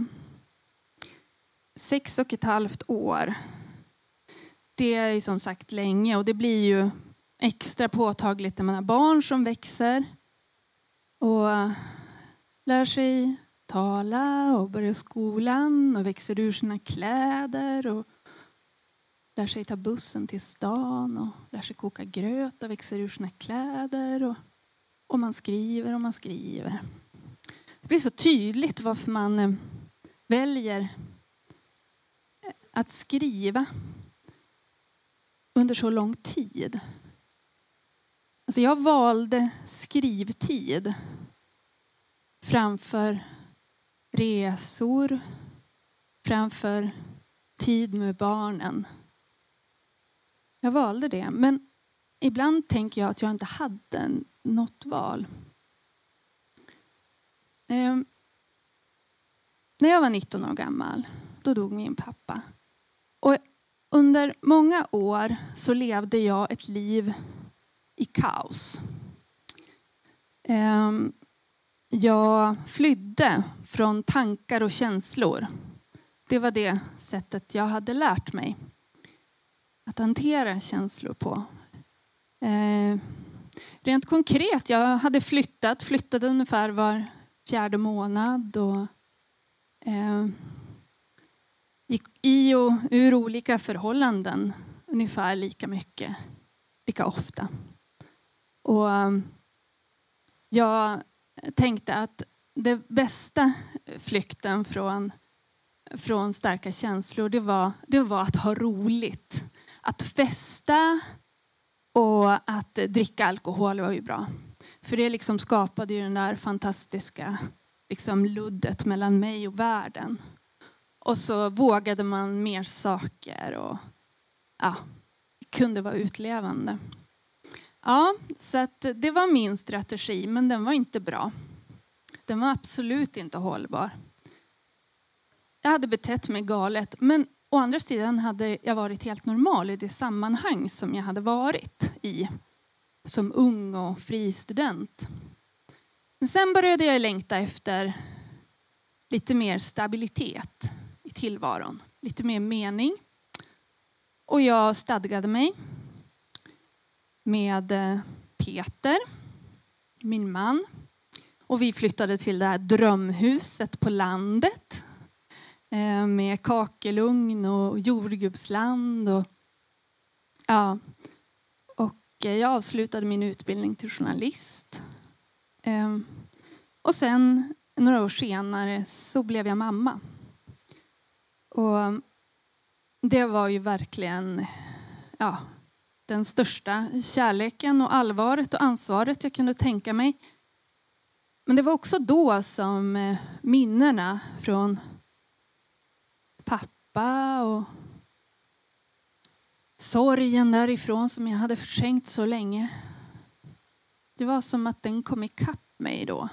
[SPEAKER 3] 6,5 år. Det är ju som sagt länge och det blir ju extra påtagligt när man har barn som växer och lär sig tala och börjar skolan och växer ur sina kläder och lär sig ta bussen till stan och lär sig koka gröt och växer ur sina kläder och man skriver och man skriver. Det blir så tydligt varför man väljer att skriva under så lång tid. Alltså jag valde skrivtid framför resor, framför tid med barnen. Jag valde det, men ibland tänker jag att jag inte hade något val. När jag var 19 år gammal, då dog min pappa. Och under många år så levde jag ett liv i kaos. Jag flydde från tankar och känslor. Det var det sättet jag hade lärt mig att hantera känslor på. Rent konkret, jag hade flyttade ungefär var 4:e månad och gick i och ur olika förhållanden ungefär lika mycket, lika ofta. Och jag tänkte att det bästa flykten från starka känslor det var att ha roligt. Att festa Och att dricka alkohol var ju bra. För det liksom skapade ju den där fantastiska liksom luddet mellan mig och världen. Och så vågade man mer saker och kunde vara utlevande. Ja, så att det var min strategi, men den var inte bra. Den var absolut inte hållbar. Jag hade betett mig galet, men å andra sidan hade jag varit helt normal i det sammanhang som jag hade varit i som ung och fri student. Men sen började jag längta efter lite mer stabilitet i tillvaron, lite mer mening. Och jag stadgade mig med Peter, min man. Och vi flyttade till det här drömhuset på landet. Med kakelugn och jordgubbsland. Och jag avslutade min utbildning till journalist. Och sen några år senare så blev jag mamma. Och det var ju verkligen den största kärleken och allvaret och ansvaret jag kunde tänka mig. Men det var också då som minnena från pappa och sorgen därifrån som jag hade förträngt så länge. Det var som att den kom ikapp mig då.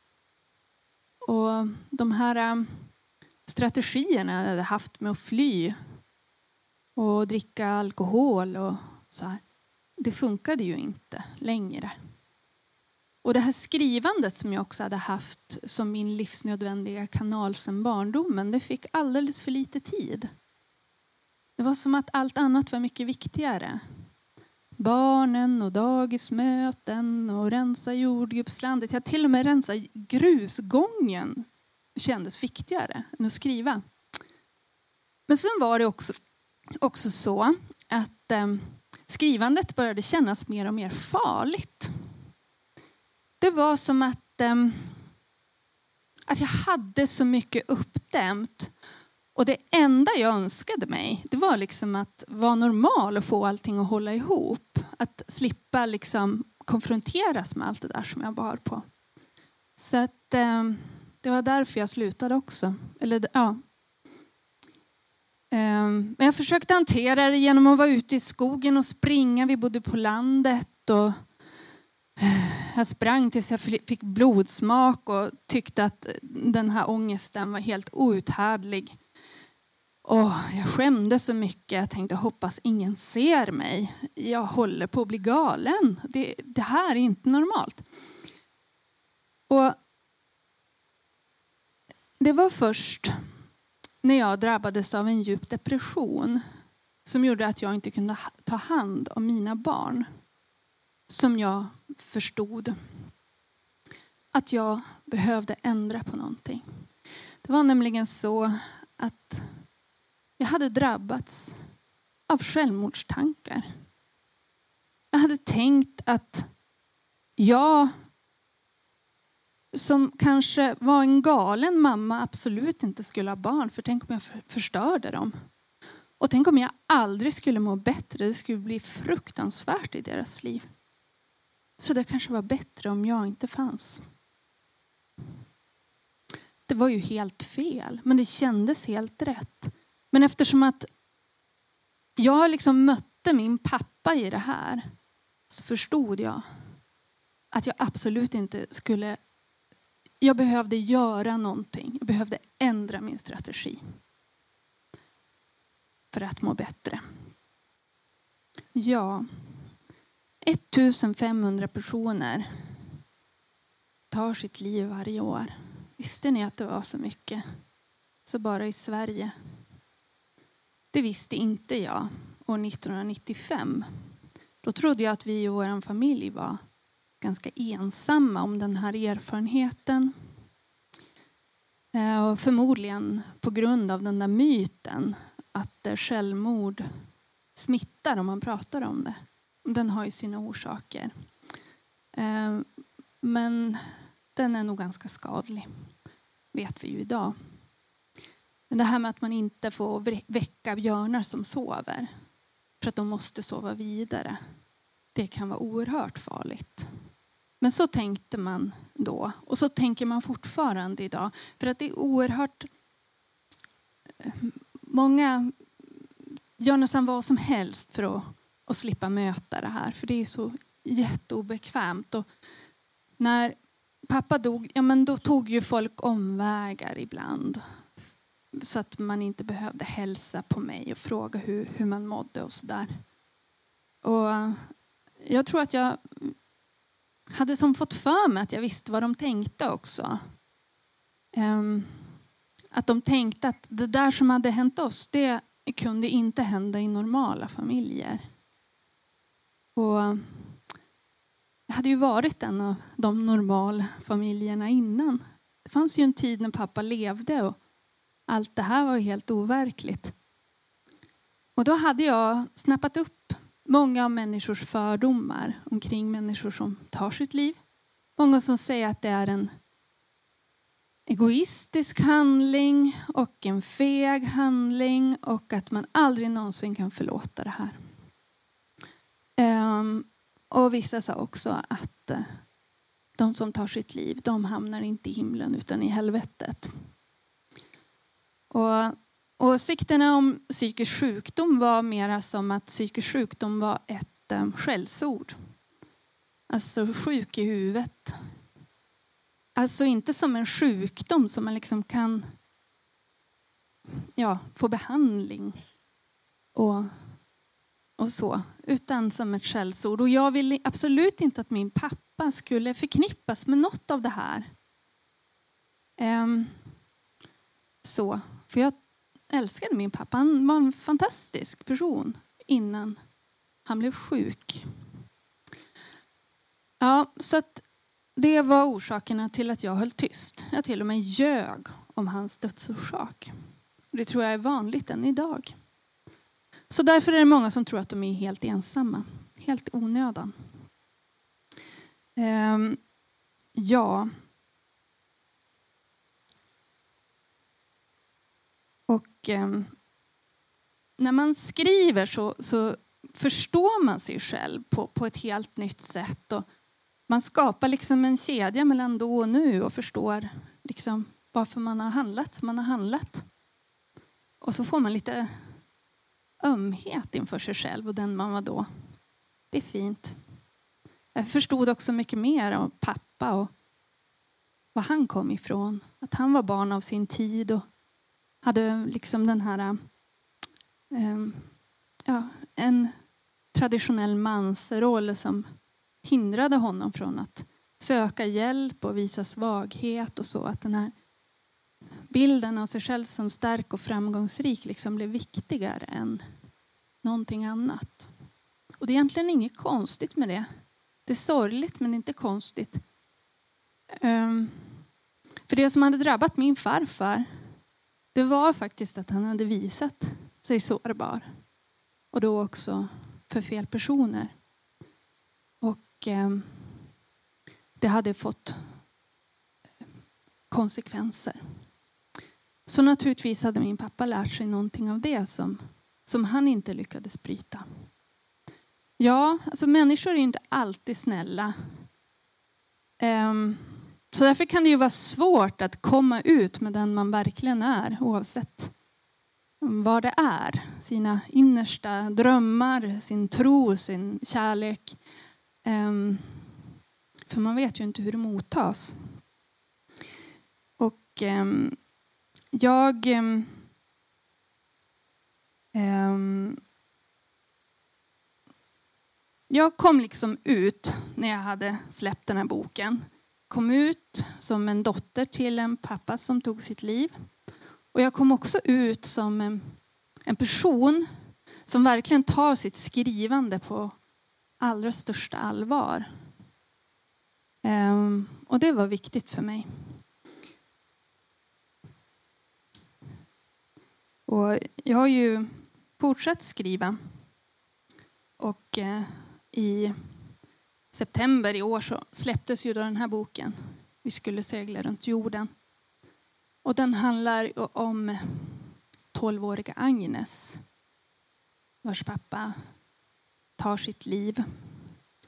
[SPEAKER 3] Och de här strategierna jag hade haft med att fly och dricka alkohol och så här, det funkade ju inte längre. Och det här skrivandet som jag också hade haft som min livsnödvändiga kanal sedan barndomen, det fick alldeles för lite tid. Det var som att allt annat var mycket viktigare. Barnen och dagismöten och rensa jordgubbslandet. Jag till och med rensa grusgången kändes viktigare än att skriva. Men sen var det också så att skrivandet började kännas mer och mer farligt. Det var som att jag hade så mycket uppdämt. Och det enda jag önskade mig, det var liksom att vara normal och få allting att hålla ihop. Att slippa liksom konfronteras med allt det där som jag bar på. Så att det var därför jag slutade också. Men jag försökte hantera det genom att vara ute i skogen och springa. Vi bodde på landet och jag sprang tills jag fick blodsmak och tyckte att den här ångesten var helt outhärdlig. Och jag skämdes så mycket. Jag tänkte, hoppas ingen ser mig. Jag håller på att bli galen. Det här är inte normalt. Och det var först när jag drabbades av en djup depression som gjorde att jag inte kunde ta hand om mina barn, som jag förstod att jag behövde ändra på någonting. Det var nämligen så att jag hade drabbats av självmordstankar. Jag hade tänkt att jag, som kanske var en galen mamma, absolut inte skulle ha barn. För tänk om jag förstörde dem. Och tänk om jag aldrig skulle må bättre. Det skulle bli fruktansvärt i deras liv. Så det kanske var bättre om jag inte fanns. Det var ju helt fel. Men det kändes helt rätt. Men eftersom att jag liksom mötte min pappa i det här, så förstod jag att jag absolut inte skulle... Jag behövde göra någonting. Jag behövde ändra min strategi för att må bättre. Ja, 1500 personer tar sitt liv varje år. Visste ni att det var så mycket? Så bara i Sverige. Det visste inte jag år 1995. Då trodde jag att vi och vår familj var ganska ensamma om den här erfarenheten. Och förmodligen på grund av den där myten att självmord smittar om man pratar om det. Den har ju sina orsaker. Men den är nog ganska skadlig. Vet vi ju idag. Men det här med att man inte får väcka björnar som sover. För att de måste sova vidare. det kan vara oerhört farligt. Men så tänkte man då. Och så tänker man fortfarande idag. För att det är oerhört... Många gör nästan vad som helst för att slippa möta det här. För det är så jätteobekvämt. Och när pappa dog, ja men då tog ju folk omvägar ibland. Så att man inte behövde hälsa på mig och fråga hur man mådde och sådär. Och jag tror att jag hade som fått för mig att jag visste vad de tänkte också. Att de tänkte att det där som hade hänt oss, det kunde inte hända i normala familjer. Och jag hade ju varit en av de normala familjerna innan. Det fanns ju en tid när pappa levde och allt det här var helt overkligt. Och då hade jag snappat upp många av människors fördomar omkring människor som tar sitt liv. Många som säger att det är en egoistisk handling och en feg handling och att man aldrig någonsin kan förlåta det här. Och vissa sa också att de som tar sitt liv, de hamnar inte i himlen utan i helvetet. Och åsikterna om psykisk sjukdom var mera som att psykisk sjukdom var ett skällsord. Alltså sjuk i huvudet. Alltså inte som en sjukdom som man liksom kan få behandling och så. Utan som ett skällsord. Och jag ville absolut inte att min pappa skulle förknippas med något av det här. Så. För jag älskade min pappa. Han var en fantastisk person innan han blev sjuk. Ja, så att det var orsakerna till att jag höll tyst. Jag till och med ljög om hans dödsorsak. Det tror jag är vanligt än idag. Så därför är det många som tror att de är helt ensamma. Helt onödan. Ja. Och när man skriver så förstår man sig själv på ett helt nytt sätt. Och man skapar liksom en kedja mellan då och nu och förstår liksom varför man har handlat som man har handlat. Och så får man lite ömhet inför sig själv och den man var då. Det är fint. Jag förstod också mycket mer om pappa och var han kom ifrån. Att han var barn av sin tid och hade liksom den här en traditionell mansroll som hindrade honom från att söka hjälp och visa svaghet och så. Att den här bilden av sig själv som stark och framgångsrik liksom blev viktigare än någonting annat. Och det är egentligen inget konstigt med det. Det är sorgligt men inte konstigt. För det som hade drabbat min farfar, det var faktiskt att han hade visat sig sårbar. Och då också för fel personer. Och det hade fått konsekvenser. Så naturligtvis hade min pappa lärt sig någonting av det som han inte lyckades bryta. Ja, alltså människor är ju inte alltid snälla. Så därför kan det ju vara svårt att komma ut med den man verkligen är, oavsett vad det är. Sina innersta drömmar, sin tro, sin kärlek. För man vet ju inte hur det mottas. Och jag kom liksom ut när jag hade släppt den här boken. Kom ut som en dotter till en pappa som tog sitt liv. Och jag kom också ut som en person som verkligen tar sitt skrivande på allra största allvar. Och det var viktigt för mig. Och jag har ju fortsatt skriva. Och i september i år så släpptes ju då den här boken. Vi skulle segla runt jorden. Och den handlar om 12-åriga Agnes. Vars pappa tar sitt liv.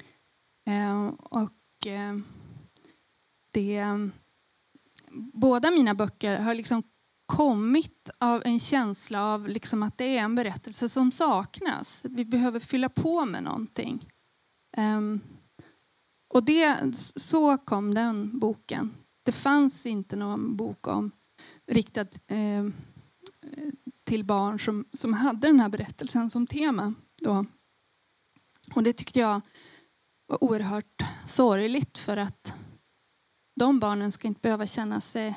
[SPEAKER 3] Båda mina böcker har liksom kommit av en känsla av liksom att det är en berättelse som saknas. Vi behöver fylla på med någonting. Och så kom den boken. Det fanns inte någon bok riktad till barn som hade den här berättelsen som tema då. Och det tyckte jag var oerhört sorgligt, för att de barnen ska inte behöva känna sig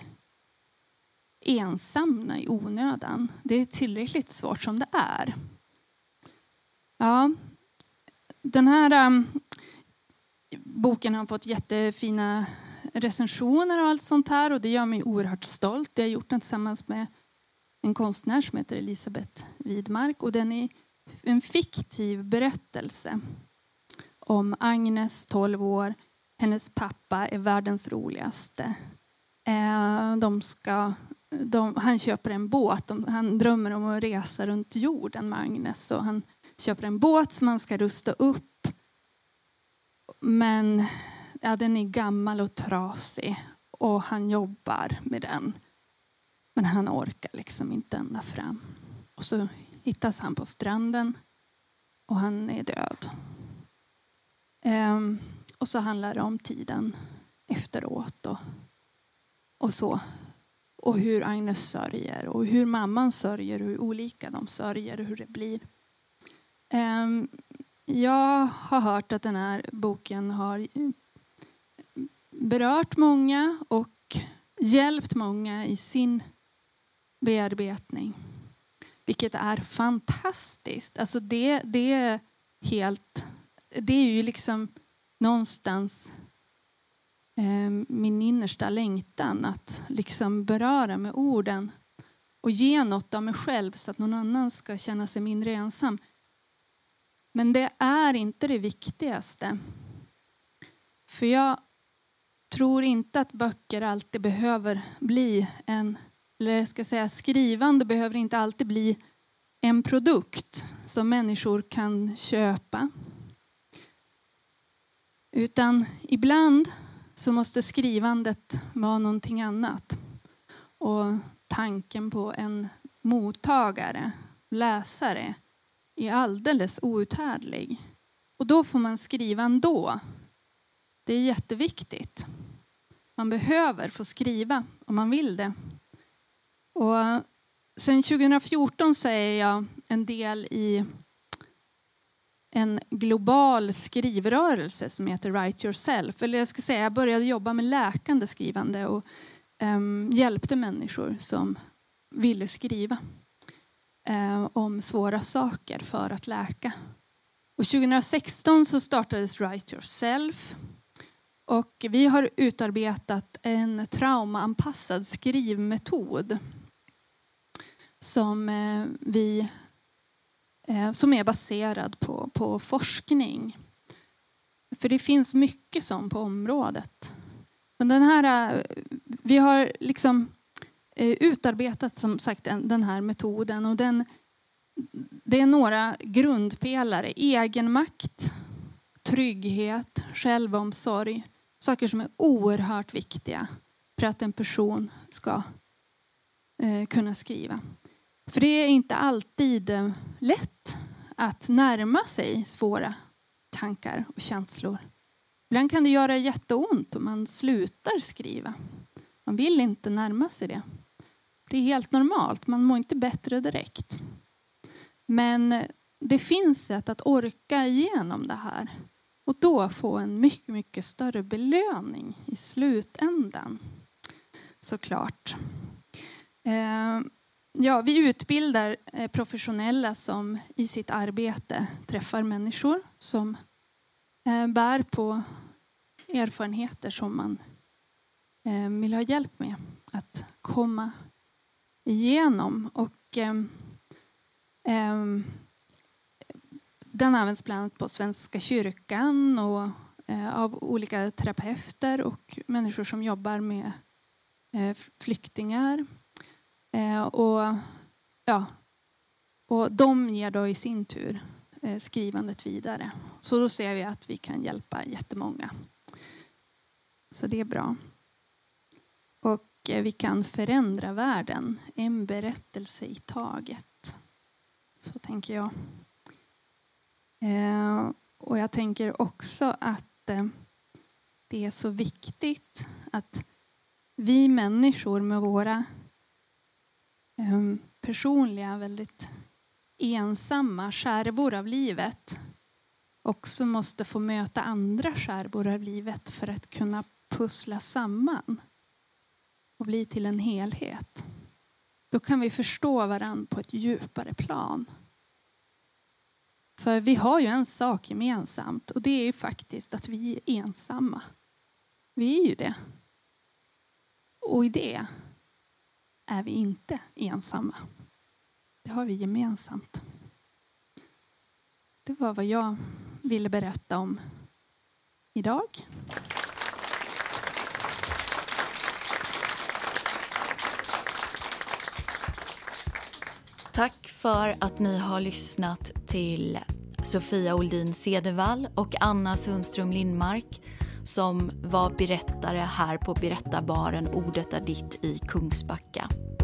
[SPEAKER 3] ensamma i onödan. Det är tillräckligt svårt som det är. Ja, den här boken har fått jättefina recensioner och allt sånt här, och det gör mig oerhört stolt. Jag har gjort den tillsammans med en konstnär som heter Elisabeth Widmark, och den är en fiktiv berättelse om Agnes, 12 år. Hennes pappa är världens roligaste. Han köper en båt. Han drömmer om att resa runt jorden med Agnes. Och han köper en båt som han ska rusta upp. Men den är gammal och trasig. Och han jobbar med den. Men han orkar liksom inte ända fram. Och så hittas han på stranden. Och han är död. Och så handlar det om tiden efteråt. Och så. Och hur Agnes sörjer. Och hur mamman sörjer. Hur olika de sörjer. Hur det blir. Jag har hört att den här boken har berört många. Och hjälpt många i sin bearbetning. Vilket är fantastiskt. Alltså det är helt... Det är ju liksom någonstans min innersta längtan att liksom beröra med orden och ge något av mig själv så att någon annan ska känna sig mindre ensam. Men det är inte det viktigaste. För jag tror inte att böcker alltid behöver bli skrivande behöver inte alltid bli en produkt som människor kan köpa. Utan ibland så måste skrivandet vara någonting annat. Och tanken på en mottagare, läsare, är alldeles outhärdlig. Och då får man skriva ändå. Det är jätteviktigt. Man behöver få skriva om man vill det. Och sen 2014 så är jag en del i en global skrivrörelse som heter Write Yourself. Eller jag ska säga, jag började jobba med läkande skrivande och hjälpte människor som ville skriva om svåra saker för att läka. Och 2016 så startades Write Yourself. Och vi har utarbetat en traumaanpassad skrivmetod som är baserad på forskning. För det finns mycket som på området. Men vi har liksom utarbetat som sagt den här metoden. Och det är några grundpelare. Egenmakt, trygghet, självomsorg. Saker som är oerhört viktiga för att en person ska kunna skriva. För det är inte alltid lätt att närma sig svåra tankar och känslor. Ibland kan det göra jätteont om man slutar skriva. Man vill inte närma sig det. Det är helt normalt. Man mår inte bättre direkt. Men det finns sätt att orka igenom det här. Och då få en mycket, mycket större belöning i slutändan. Såklart. Vi utbildar professionella som i sitt arbete träffar människor som bär på erfarenheter som man vill ha hjälp med att komma igenom. Och den används bland annat på Svenska kyrkan och av olika terapeuter och människor som jobbar med flyktingar. Och de ger då i sin tur skrivandet vidare. Så då ser vi att vi kan hjälpa jättemånga. Så det är bra. Och vi kan förändra världen. En berättelse i taget. Så tänker jag. Och jag tänker också att det är så viktigt att vi människor med våra personliga, väldigt ensamma skärvor av livet också måste få möta andra skärvor av livet för att kunna pussla samman och bli till en helhet. Då kan vi förstå varandra på ett djupare plan. För vi har ju en sak gemensamt, och det är ju faktiskt att vi är ensamma. Vi är ju det. Och i det är vi inte ensamma. Det har vi gemensamt. Det var vad jag ville berätta om idag.
[SPEAKER 1] Tack för att ni har lyssnat till Sofia Oldin Cedervall och Anna Sundström Lindmark som var berättare här på Berättarbaren Ordet är ditt i Kungsbacka.